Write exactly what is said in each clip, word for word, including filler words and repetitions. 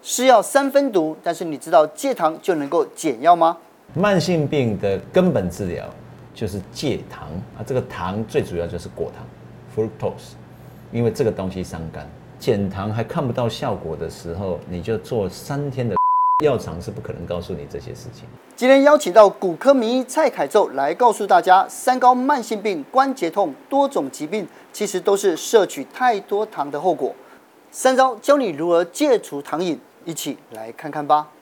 是药三分毒，但是你知道戒糖就能够减药吗？ 慢性病的根本治疗就是戒糖啊，这个糖最主要就是果糖 fructose， 因为这个东西伤肝。减糖还看不到效果的时候，你就做三天的药厂是不可能告诉你这些事情。 今天邀请到骨科名医蔡凯宙来告诉大家，三高、慢性病、关节痛多种疾病其实都是摄取太多糖的后果。三招教你如何戒除糖瘾，一起来看看吧。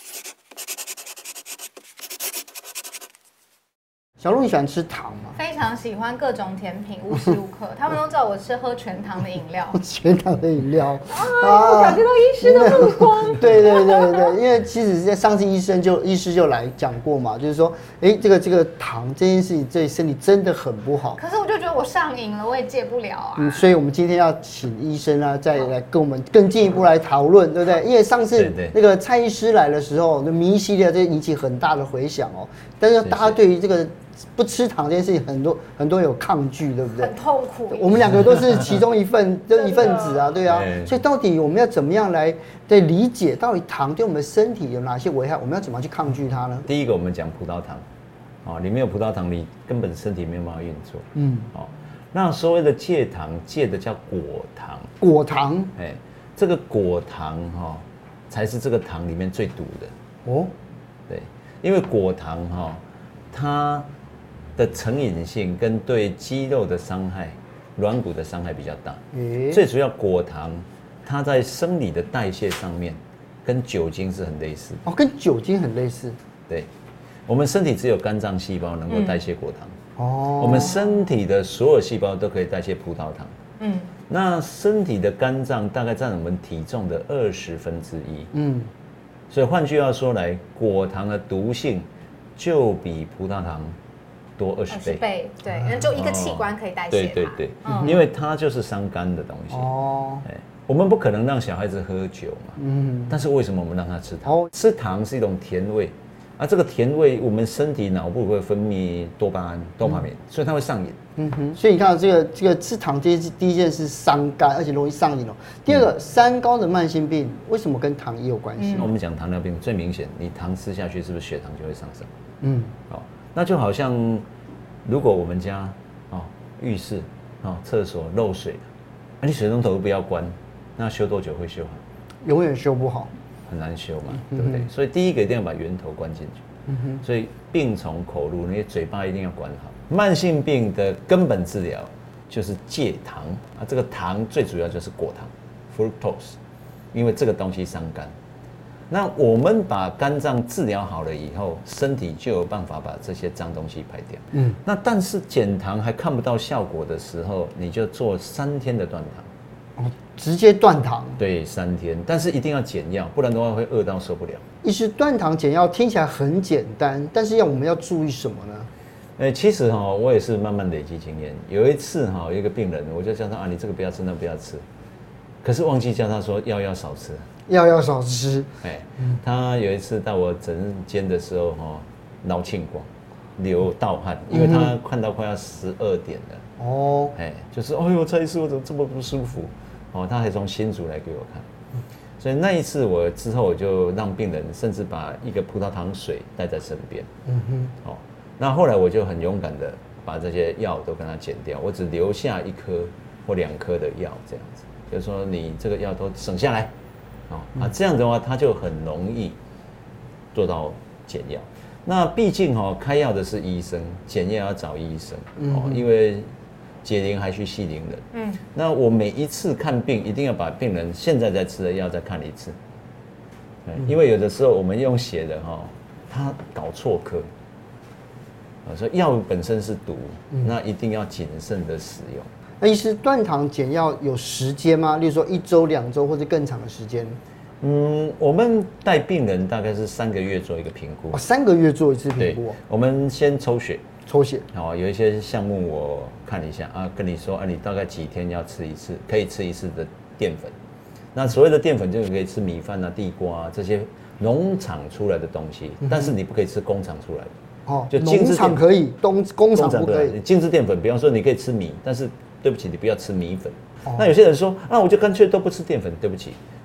小鹿，你喜欢吃糖吗？ 非常喜欢各种甜品，无时无刻，他们都叫我吃喝全糖的饮料。 全糖的饮料啊，我感觉到医师的目光。 对对对对，因为其实在上次医生就医师就来讲过嘛，就是说，哎，这个这个糖这件事情对身体真的很不好。 可是我就觉得我上瘾了，我也戒不了啊。 嗯，所以我们今天要请医生啊，再来跟我们更进一步来讨论，对不对？因为上次那个蔡医师来的时候，那迷系列这引起很大的回响哦，但是大家对于这个不吃糖这件事情，很多很多有抗拒，对不对？ 很痛苦。 我们两个都是其中一份，就一份子啊，对啊。所以到底我们要怎么样来对理解，到底糖对我们身体有哪些危害？我们要怎么去抗拒它呢？ 第一个，我们讲葡萄糖，哦，你没有葡萄糖，你根本身体没有办法运作。嗯，哦，那所谓的戒糖，戒的叫果糖。 果糖， 哎，这个果糖哈、哦，才是这个糖里面最毒的。哦，对，因为果糖哈、哦，它的成瘾性跟对肌肉的伤害、软骨的伤害比较大。欸、最主要果糖，它在生理的代谢上面跟酒精是很类似。 哦，跟酒精很类似。 对，我们身体只有肝脏细胞能够代谢果糖。哦、嗯，我们身体的所有细胞都可以代谢葡萄糖。嗯，那身体的肝脏大概占我们体重的二十分之一。嗯，所以换句话说来，果糖的毒性就比葡萄糖多二十倍， 倍对，那就一个器官可以代谢它。 对对对，嗯、因为它就是伤肝的东西。哦，我们不可能让小孩子喝酒嘛，嗯，但是为什么我们让他吃糖？哦、吃糖是一种甜味，啊，这个甜味我们身体脑部会分泌多巴胺、多巴胺，所以它会上瘾。 嗯哼，所以你看到这个这个吃糖这件第一件是伤肝，而且容易上瘾哦。第二个，嗯、三高的慢性病为什么跟糖也有关系？ 嗯、我们讲糖尿病最明显，你糖吃下去是不是血糖就会上升？嗯，好。那就好像，如果我们家哦浴室哦厕所漏水了，那、啊、你水龙头不要关，那修多久会修好？ 永远修不好， 很难修嘛，嗯、对不对？所以第一个一定要把源头关进去。嗯哼，所以病从口入，那些嘴巴一定要管好。慢性病的根本治疗就是戒糖啊，这个糖最主要就是果糖 fructose， 因为这个东西伤肝。那我们把肝脏治疗好了以后，身体就有办法把这些脏东西排掉。嗯，那但是减糖还看不到效果的时候，你就做三天的断糖。 哦，直接断糖？ 对，三天，但是一定要减药，不然的话会饿到受不了。 医师，断糖减药听起来很简单，但是要我们要注意什么呢？ 欸、其实哈、喔，我也是慢慢累积经验。有一次哈、喔，有一个病人，我就叫他啊，你这个不要吃，那不要吃，可是忘记叫他说药要少吃。 药要少吃。 哎、欸，他有一次到我诊间的时候，哈，脑庆光，流盗汗，因为他看到快要十二点了。哦，哎、欸，就是哎呦，蔡医师我怎么这么不舒服？哦，他还从新竹来给我看，所以那一次我之后我就让病人甚至把一个葡萄糖水带在身边。嗯哼，哦，那后来我就很勇敢的把这些药都跟他减掉，我只留下一颗或两颗的药这样子，就是说你这个药都省下来。哦啊，这样的话，他就很容易做到减药。那毕竟哦，开药的是医生，减药要找医生哦，嗯、因为解铃还须系铃人。嗯，那我每一次看病，一定要把病人现在在吃的药再看一次。嗯、因为有的时候我们用写的哈、哦，他搞错科。啊，所以药本身是毒，嗯、那一定要谨慎的使用。 那医师，断糖减药有时间吗？例如说一周、两周或者更长的时间？ 嗯，我们带病人大概是三个月做一个评估。 哦，三个月做一次评估。 我们先抽血。 抽血。 好，有一些项目我看一下啊，跟你说啊，你大概几天要吃一次，可以吃一次的淀粉。那所谓的淀粉就是可以吃米饭啊、地瓜啊这些农场出来的东西，嗯、但是你不可以吃工厂出来的。 哦，就农场可以，工工厂不可以。 精致淀粉，比方说你可以吃米，但是对不起，你不要吃米粉。哦、那有些人说啊，我就干脆都不吃淀粉。对不起，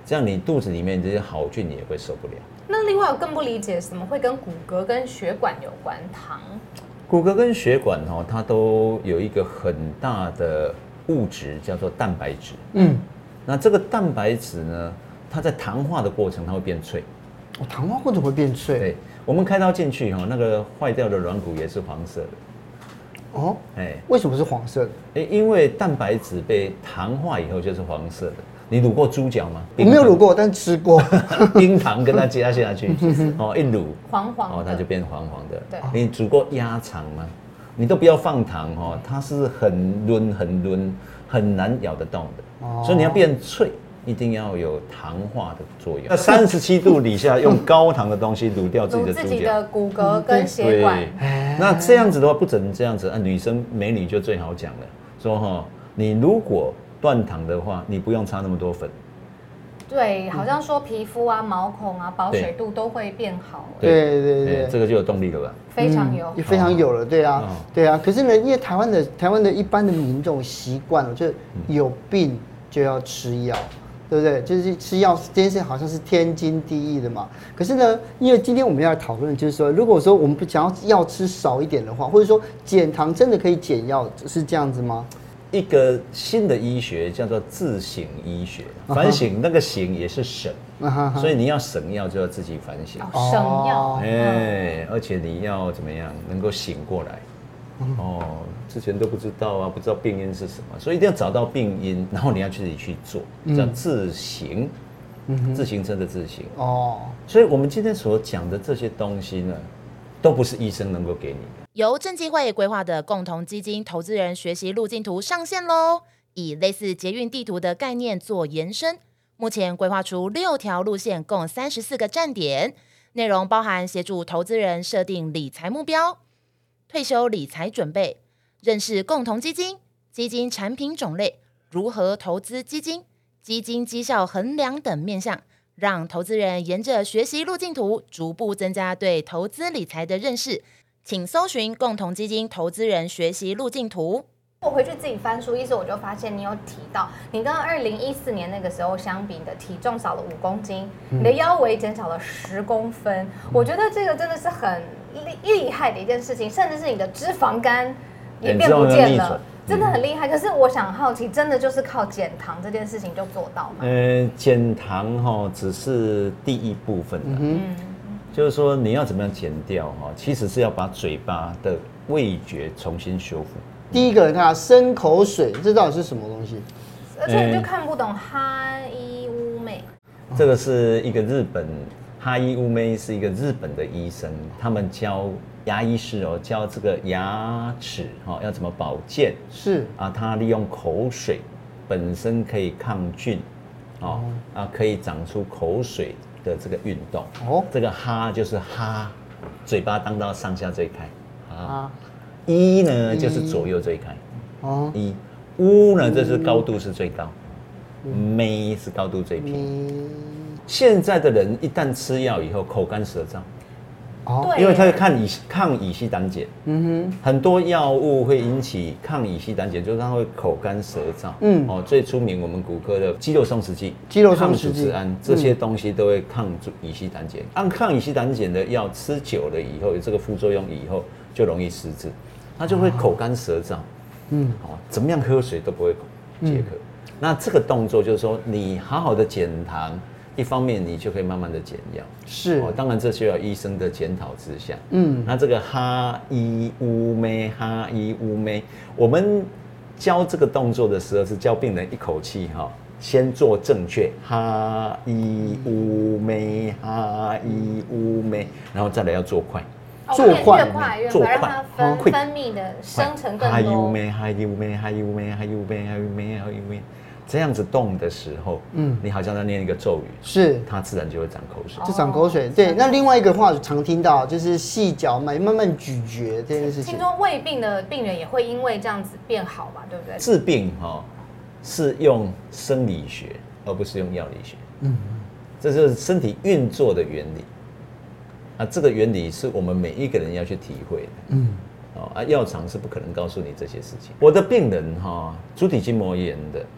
这样你肚子里面这些好菌也会受不了。 那另外我更不理解，什么会跟骨骼跟血管有关？糖， 骨骼跟血管哦，它都有一个很大的物质叫做蛋白质。嗯，那这个蛋白质呢，它在糖化的过程它会变脆。 哦，糖化过程会变脆。 对，我们开刀进去哈，那个坏掉的软骨也是黄色的。 哦，哎，为什么是黄色的？ 哎，因为蛋白质被糖化以后就是黄色的。你卤过猪脚吗？ 我没有卤过，但吃过。 冰糖跟它加下去，哦，一卤， 黄黄的， 哦，它就变黄黄的。 对， 你煮过鸭肠吗？你都不要放糖哦，它是很润、很润、很难咬得动的。哦，所以你要变脆，一定要有糖化的作用。那三十七度底下用高糖的东西卤掉自己的猪脚， 卤自己的骨骼跟血管。 那这样子的话，不准这样子啊，女生美女就最好讲了，说哈，你如果断糖的话，你不用擦那么多粉。 对，好像说皮肤啊、毛孔啊、保水度都会变好。 对对对， 这个就有动力了吧？ 非常有， 非常有了，对啊，对啊。可是呢，因为台湾的台湾的一般的民众习惯了，就有病就要吃药。对不对？就是吃药这件事好像是天经地义的嘛。可是呢，因为今天我们要讨论的就是说，如果说我们想要药吃少一点的话，或者说减糖真的可以减药，是这样子吗？ 一个新的医学叫做自省医学，反省那个省也是省，所以你要省药就要自己反省。 哦，省药， 哎，而且你要怎么样能够醒过来？哦，之前都不知道啊，不知道病因是什么，所以一定要找到病因，然后你要自己去做，叫自行，嗯、自行车的自行。哦，所以我们今天所讲的这些东西呢，都不是医生能够给你的。 由证基会规划的共同基金投资人学习路径图上线喽，以类似捷运地图的概念做延伸，目前规划出六条路线，共三十四个站点，内容包含协助投资人设定理财目标、退休理财准备、认识共同基金、基金产品种类、如何投资基金、基金绩效衡量等面向，让投资人沿着学习路径图逐步增加对投资理财的认识。请搜寻共同基金投资人学习路径图。 我回去自己翻书，意思我就发现你有提到，你跟二零一四年那个时候相比，你的体重少了五公斤，你的腰围减少了十公分。我觉得这个真的是很厉厉害的一件事情，甚至是你的脂肪肝也变不见了，真的很厉害。可是我想好奇，真的就是靠减糖这件事情就做到吗？ 呃，减糖哈只是第一部分的，嗯，就是说你要怎么样减掉哈，其实是要把嘴巴的味觉重新修复。 第一个，你看生口水，这到底是什么东西？ 而且你就看不懂哈伊乌妹。 这个是一个日本哈伊乌妹是一个日本的医生，他们教牙医师哦，教这个牙齿哦要怎么保健。 是啊，他利用口水本身可以抗菌，哦啊可以长出口水的这个运动。哦，这个哈就是哈，嘴巴当到上下最开啊。一呢就是左右最开，哦，一乌呢这是高度是最高，妹是高度最偏。现在的人一旦吃药以后口干舌燥，哦，因为他看乙抗乙酰胆碱，嗯哼，很多药物会引起抗乙酰胆碱，就是它会口干舌燥，嗯，哦，最出名我们骨科的肌肉松弛剂、 肌肉松弛剂、 抗组织胺这些东西都会抗乙酰胆碱。按抗乙酰胆碱的药吃久了以后，有这个副作用以后就容易失智。他就会口干舌燥，嗯，哦，怎么样喝水都不会解渴。嗯、那这个动作就是说，你好好的减糖，一方面你就可以慢慢的减药， 是，哦， 当然这需要医生的检讨之下，嗯，那这个哈伊乌妹哈伊乌妹，我们教这个动作的时候是教病人一口气哈，先做正确哈伊乌妹哈伊乌妹，然后再来要做快。 做快，越快越快，让它分分泌的生成更多。 哈优妹，哈优妹，哈优妹，哈优妹，哈优妹，哈优妹，这样子动的时候，嗯，你好像在念一个咒语， 是， 它自然就会长口水， 就长口水。对，那另外一个话常听到就是细嚼慢慢慢咀嚼这件事情。 听说胃病的病人也会因为这样子变好嘛，对不对？ 治病哈是用生理学，而不是用药理学。嗯，这就是身体运作的原理。啊，这个原理是我们每一个人要去体会的。嗯，哦啊，药厂是不可能告诉你这些事情。我的病人哈、哦，足底筋膜炎的，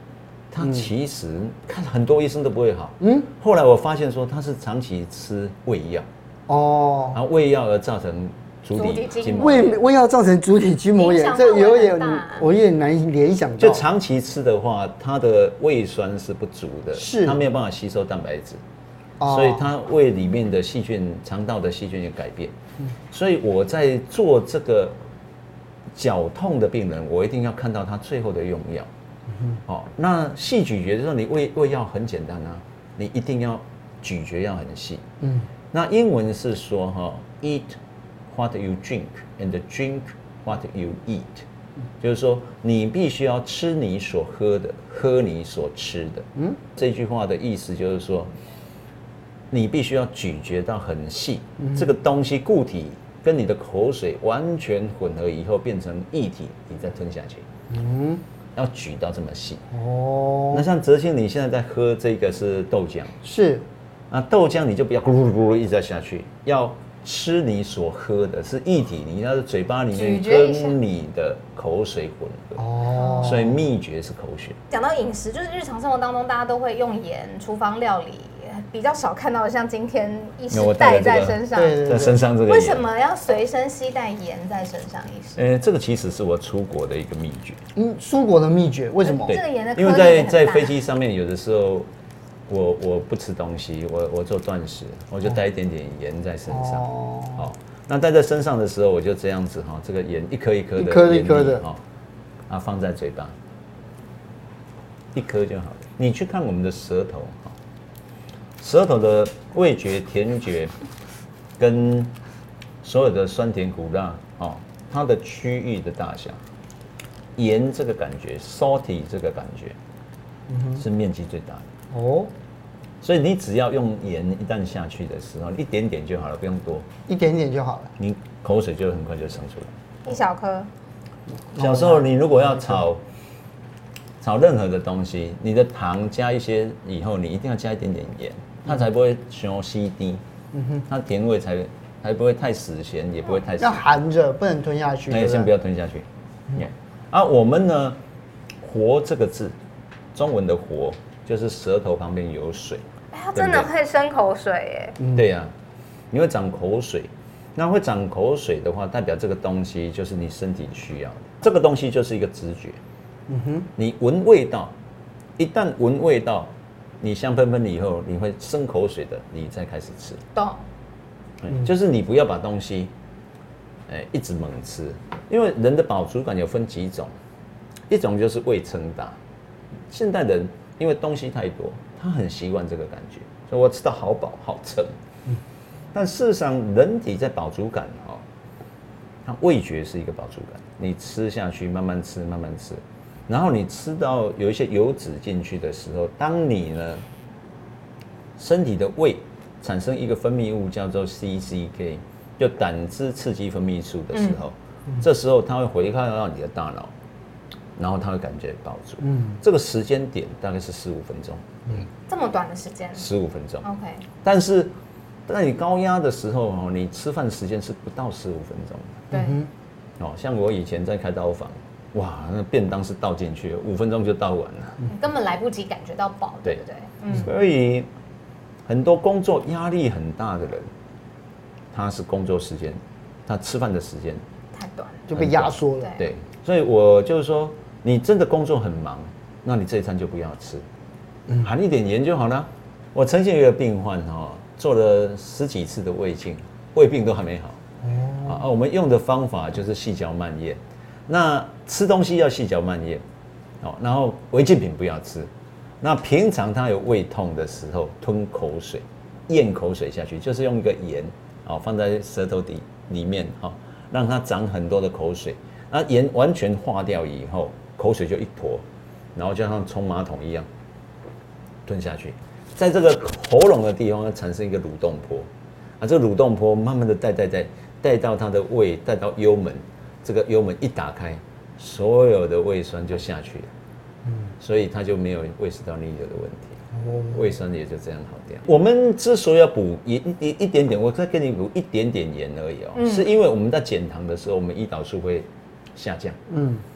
他其实看很多医生都不会好。嗯，后来我发现说他是长期吃胃药，哦，然后胃药而造成足底筋膜炎。 胃胃药造成足底筋膜炎，这有点我有点难联想到。 就长期吃的话，他的胃酸是不足的， 是他没有办法吸收蛋白质，哦、所以他胃里面的细菌、肠道的细菌也改变。嗯、所以我在做这个绞痛的病人，我一定要看到他最后的用药。嗯、哦，那细咀嚼的时候，你胃胃药很简单啊，你一定要咀嚼要很细。嗯，那英文是说哈、哦、，eat what you drink and drink what you eat，、嗯、就是说你必须要吃你所喝的，喝你所吃的。嗯，这句话的意思就是说，你必须要咀嚼到很细，嗯、这个东西固体跟你的口水完全混合以后变成液体，你再吞下去。嗯。要举到这么细哦，那像哲青，你现在在喝这个是豆浆， 是， 那豆浆你就不要咕噜咕噜一直在下去，要吃你所喝的是液体，你要嘴巴里面跟你的口水混合哦，所以秘诀是口水。 讲到饮食，就是日常生活当中大家都会用盐，厨房料理比较少看到的，像今天医师带在身上， 在身上这个， 为什么要随身携带盐在身上？医师， 呃，这个其实是我出国的一个秘诀。 嗯，出国的秘诀为什么？ 这个盐的颗粒因为在在飞机上面，有的时候我我不吃东西，我我做断食，我就带一点点盐在身上。哦，好，那带在身上的时候，我就这样子哈，这个盐一颗一颗的， 一颗一颗的哈， 啊，放在嘴巴，一颗就好了。你去看我们的舌头。舌头的味觉、甜觉，跟所有的酸甜苦辣，哦，它的区域的大小，盐这个感觉 ，salty 这个感觉，嗯、是面积最大的哦。所以你只要用盐一旦下去的时候，一点点就好了，不用多， 一点点就好了， 你口水就很快就生出来。 一小颗。 小时候你如果要炒。炒任何的东西，你的糖加一些以后，你一定要加一点点盐，它才不会伤稀低，嗯哼，它甜味才才不会太死咸，也不会太死。 要含着，不能吞下去。 那先不要吞下去。嗯、啊，我们呢，活这个字，中文的活就是舌头旁边有水。 哎，它真的会生口水耶。 嗯、对呀、啊，你会长口水，那会长口水的话，代表这个东西就是你身体需要的，这个东西就是一个直觉。嗯哼，你闻味道，一旦闻味道，你香喷喷以后，你会生口水的，你再开始吃。 懂。 嗯，就是你不要把东西，哎，一直猛吃，因为人的饱足感有分几种，一种就是胃撑大，现代人因为东西太多，他很习惯这个感觉，所以我吃到好饱好撑。嗯，但事实上，人体在饱足感哈，它味觉是一个饱足感，你吃下去，慢慢吃，慢慢吃。然后你吃到有一些油脂进去的时候，当你呢身体的胃产生一个分泌物叫做 C C K， 就胆汁刺激分泌素的时候，嗯、这时候它会回馈到你的大脑，然后它会感觉饱足。嗯，这个时间点大概是十五分钟。 嗯，这么短的时间？ 十五分钟。 OK。 但是在你高压的时候哦，你吃饭时间是不到十五分钟的。对。哦，像我以前在开刀房。哇，那便当是倒进去，五分钟就倒完了， 根本来不及感觉到饱，对不对？ 嗯，所以很多工作压力很大的人，他是工作时间，他吃饭的时间太短， 就被压缩了。 对，所以我就是说，你真的工作很忙，那你这一餐就不要吃，嗯、含一点盐就好了。我曾经有一个病患哈，做了十几次的胃镜，胃病都还没好。哦，啊，我们用的方法就是细嚼慢咽。那吃东西要细嚼慢咽，哦，然后违禁品不要吃。那平常他有胃痛的时候，吞口水，咽口水下去，就是用一个盐，哦，放在舌头底里面，哈、哦，让它长很多的口水。那盐完全化掉以后，口水就一坨，然后就像冲马桶一样吞下去，在这个喉咙的地方产生一个蠕动波，啊，这个蠕动波慢慢的带带带带到他的胃，带到幽门。这个幽门一打开，所有的胃酸就下去了，嗯，所以它就没有胃食道逆流的问题，哦，胃酸也就这样好掉。我们之所以要补一一一点点，我再给你补一点点盐而已哦，嗯、是因为我们在减糖的时候，我们胰岛素会下降，嗯，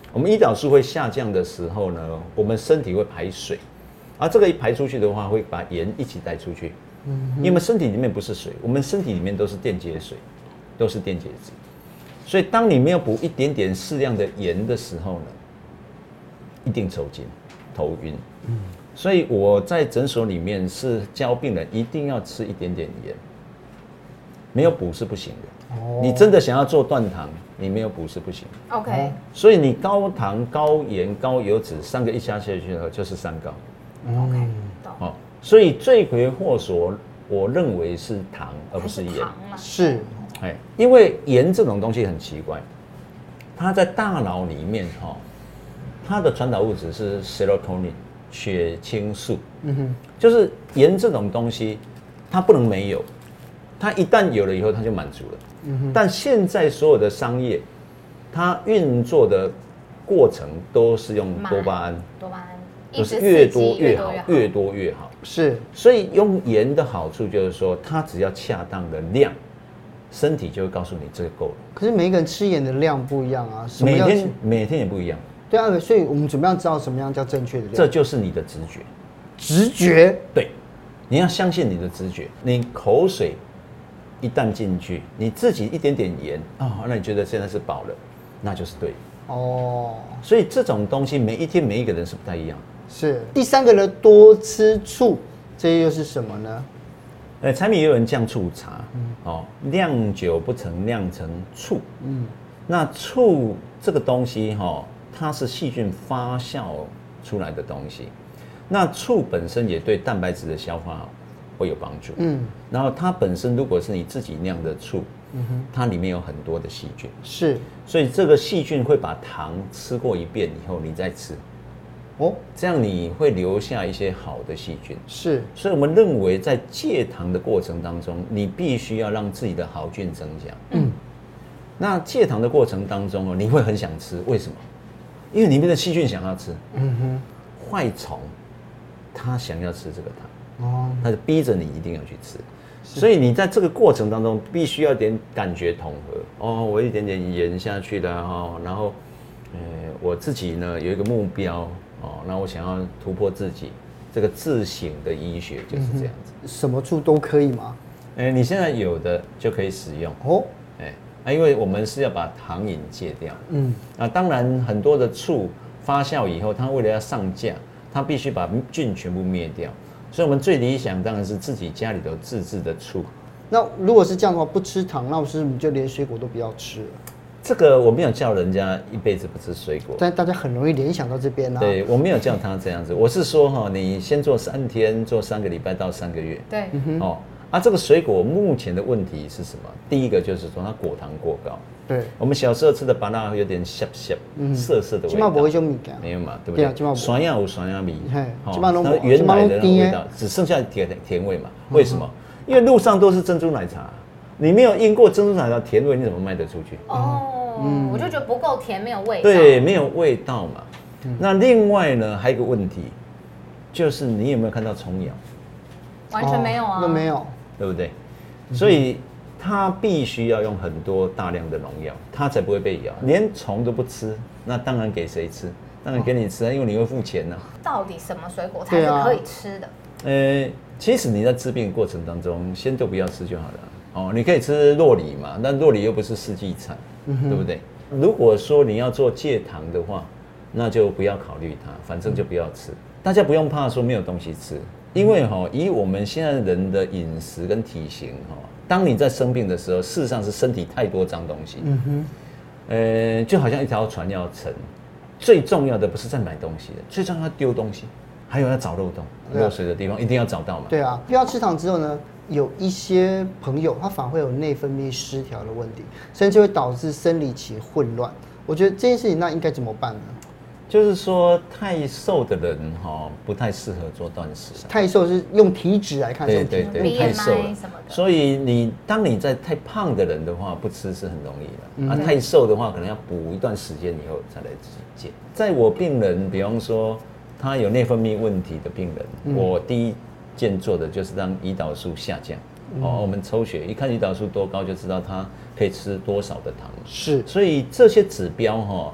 我们胰岛素会下降的时候呢，我们身体会排水，而这个一排出去的话，会把盐一起带出去。嗯，因为我们身体里面不是水，我们身体里面都是电解水，都是电解质。所以当你没有补一点点适量的盐的时候呢，一定抽筋、头晕。嗯，所以我在诊所里面是教病人一定要吃一点点盐，没有补是不行的。哦，你真的想要做断糖，你没有补是不行。 OK。 所以你高糖、高盐、高油脂三个一加下去的话，就是三高。 OK。 哦，所以罪魁祸首，我认为是糖，而不是盐。 是。 哎，因为盐这种东西很奇怪，它在大脑里面哈，它的传导物质是 serotonin 血清素。嗯哼。就是盐这种东西，它不能没有。它一旦有了以后，它就满足了。嗯、但现在所有的商业，它运作的过程都是用多巴胺， 多巴胺就是越多越好，越多越好。 是， 所以用盐的好处就是说，它只要恰当的量，身体就会告诉你这个够了。 可是每一个人吃盐的量不一样啊，什么每天每天也不一样。 对啊，所以我们怎么样知道什么样叫正确的量？ 这就是你的直觉。 直觉， 对，你要相信你的直觉。你口水一旦进去，你自己一点点盐啊、哦，那你觉得现在是饱了，那就是对的。哦，所以这种东西每一天每一个人是不太一样。 是第三个呢，多吃醋，这又是什么呢？ 呃，柴米油盐酱醋茶，嗯、哦，酿酒不成酿成醋。嗯，那醋这个东西哈、哦，它是细菌发酵出来的东西。那醋本身也对蛋白质的消化会有帮助。嗯，然后它本身如果是你自己酿的醋，嗯哼，它里面有很多的细菌。 是， 所以这个细菌会把糖吃过一遍以后，你再吃。哦，这样你会留下一些好的细菌。 是， 所以我们认为在戒糖的过程当中，你必须要让自己的好菌增加。嗯，那戒糖的过程当中哦，你会很想吃，为什么？因为里面的细菌想要吃。嗯哼，坏虫，它想要吃这个糖，哦，它就逼着你一定要去吃。所以你在这个过程当中，必须要点感觉统合。哦，我一点点盐下去的哈，然后，呃，我自己呢有一个目标。哦，那我想要突破自己，这个自省的医学就是这样子。 嗯、什么醋都可以吗？ 哎、欸，你现在有的就可以使用哦。哎、欸，啊，因为我们是要把糖瘾戒掉。嗯，啊，当然很多的醋发酵以后，它为了要上架，它必须把菌全部灭掉。所以我们最理想当然是自己家里头自制的醋。 那如果是这样的话，不吃糖，那我是不是就连水果都不要吃了？ 这个我没有叫人家一辈子不吃水果， 但大家很容易联想到这边啊。 对，我没有叫他这样子，我是说哈，你先做三天，做三个礼拜到三个月。 对， 哦，啊，这个水果目前的问题是什么？第一个就是说它果糖过高。 对， 我们小时候吃的芭乐有点涩涩、涩涩的味道。 起码不会就米干。 没有嘛，对不对？ 对， 酸呀有酸呀米， 起码都它原来的味道只剩下甜甜味嘛？为什么？因为路上都是珍珠奶茶，你没有印过珍珠奶茶甜味，你怎么卖得出去？ 哦。嗯，我就觉得不够甜，没有味道。 对，没有味道嘛。嗯、那另外呢，还有一个问题，就是你有没有看到虫咬？ 完全没有啊， 都、哦、没有， 对不对？嗯、所以它必须要用很多大量的农药，它才不会被咬。连虫都不吃，那当然给谁吃？当然给你吃啊，因为你会付钱呢、啊。 到底什么水果才是可以吃的？ 呃，其实你在治病过程当中，先都不要吃就好了。哦，你可以吃酪梨嘛，但酪梨又不是四季产，嗯、对不对？如果说你要做戒糖的话，那就不要考虑它，反正就不要吃。大家不用怕说没有东西吃，因为哈、哦，以我们现在人的饮食跟体型哈、哦，当你在生病的时候，事实上是身体太多脏东西。嗯哼，呃，就好像一条船要沉，最重要的不是在买东西的，最重要要丢东西，还有要找漏洞、漏水的地方一定要找到嘛。 对啊，不要吃糖之后呢？有一些朋友，他反而会有内分泌失调的问题，甚至会导致生理期混乱。我觉得这件事情，那应该怎么办呢？ 就是说，太瘦的人哈，不太适合做断食。 太瘦是用体脂来看， 对对对，太瘦了。所以你当你在太胖的人的话，不吃是很容易的。嗯、啊，太瘦的话，可能要补一段时间以后才来戒。在我病人，比方说他有内分泌问题的病人，嗯、我第一件做的就是让胰岛素下降。嗯、哦，我们抽血一看胰岛素多高，就知道他可以吃多少的糖。 是， 所以这些指标哈、哦，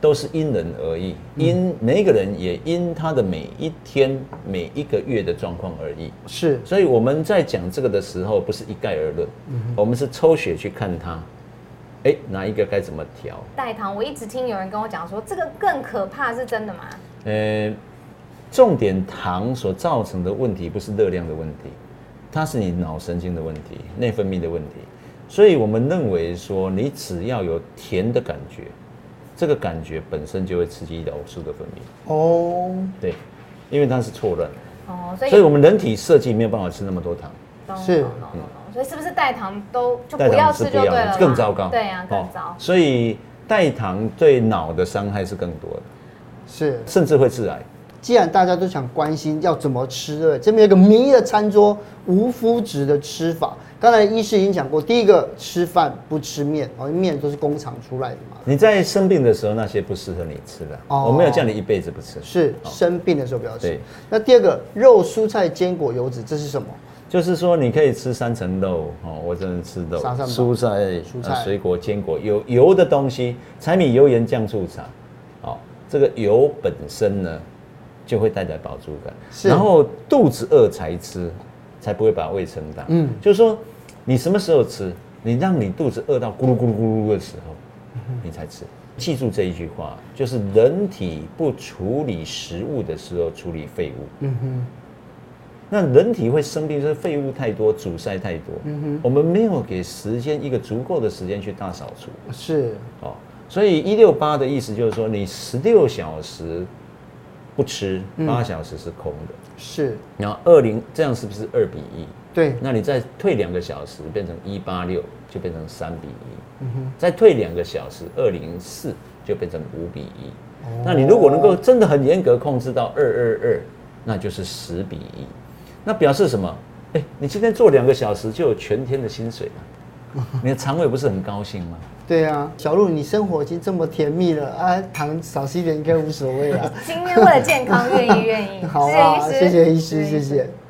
都是因人而异，因每一个人也因他的每一天、每一个月的状况而异。 是， 所以我们在讲这个的时候，不是一概而论，嗯、我们是抽血去看它，哎，哪一个该怎么调？ 代糖，我一直听有人跟我讲说，这个更可怕，是真的吗？ 呃，重点糖所造成的问题不是热量的问题，它是你脑神经的问题、内分泌的问题。所以我们认为说，你只要有甜的感觉，这个感觉本身就会刺激胰岛素的分泌。哦，对，因为它是错乱。哦，所以所以我们人体设计没有办法吃那么多糖。 是， 嗯，所以是不是代糖都就不要吃就对了？ 更糟糕。 对呀，更糟。 哦，所以代糖对脑的伤害是更多的， 是， 甚至会致癌。 既然大家都想关心要怎么吃，对不对？这边有个名义的餐桌，无麸质的吃法。刚才医师已经讲过，第一个吃饭不吃面，哦，面都是工厂出来的嘛。 你在生病的时候，那些不适合你吃的，哦、我没有叫你一辈子不吃。 是、哦、生病的时候不要吃。那第二个，肉、蔬菜、坚果、油脂，这是什么？ 就是说你可以吃三层肉，哦，我真的吃肉，蔬菜、蔬菜、水果、坚果，有油的东西，柴米油盐酱醋茶，哦，这个油本身呢，就会带来饱足感。然后肚子饿才吃，才不会把胃撑大。嗯，就是说。你什么时候吃？你让你肚子饿到咕噜咕噜咕噜的时候，你才吃。记住这一句话，就是人体不处理食物的时候，处理废物。嗯哼。那人体会生病，就是废物太多，阻塞太多。嗯哼。我们没有给时间一个足够的时间去大扫除。 是。 哦，所以一六八的意思就是说，你十六小时不吃，八小时是空的。 是。 然后二零这样是不是二比一？ 对， 那你再退两个小时，变成一八六，就变成三比一。嗯哼，再退两个小时，二零四就变成五比一。哦，那你如果能够真的很严格控制到二二二，那就是十比一。那表示什么？哎、欸，你今天做两个小时就有全天的薪水了，你的肠胃不是很高兴吗？ 对啊，小鹿，你生活已经这么甜蜜了啊，糖少吃一点应该无所谓了。 今天为了健康，愿意愿意。 好啊，谢谢医师，谢谢。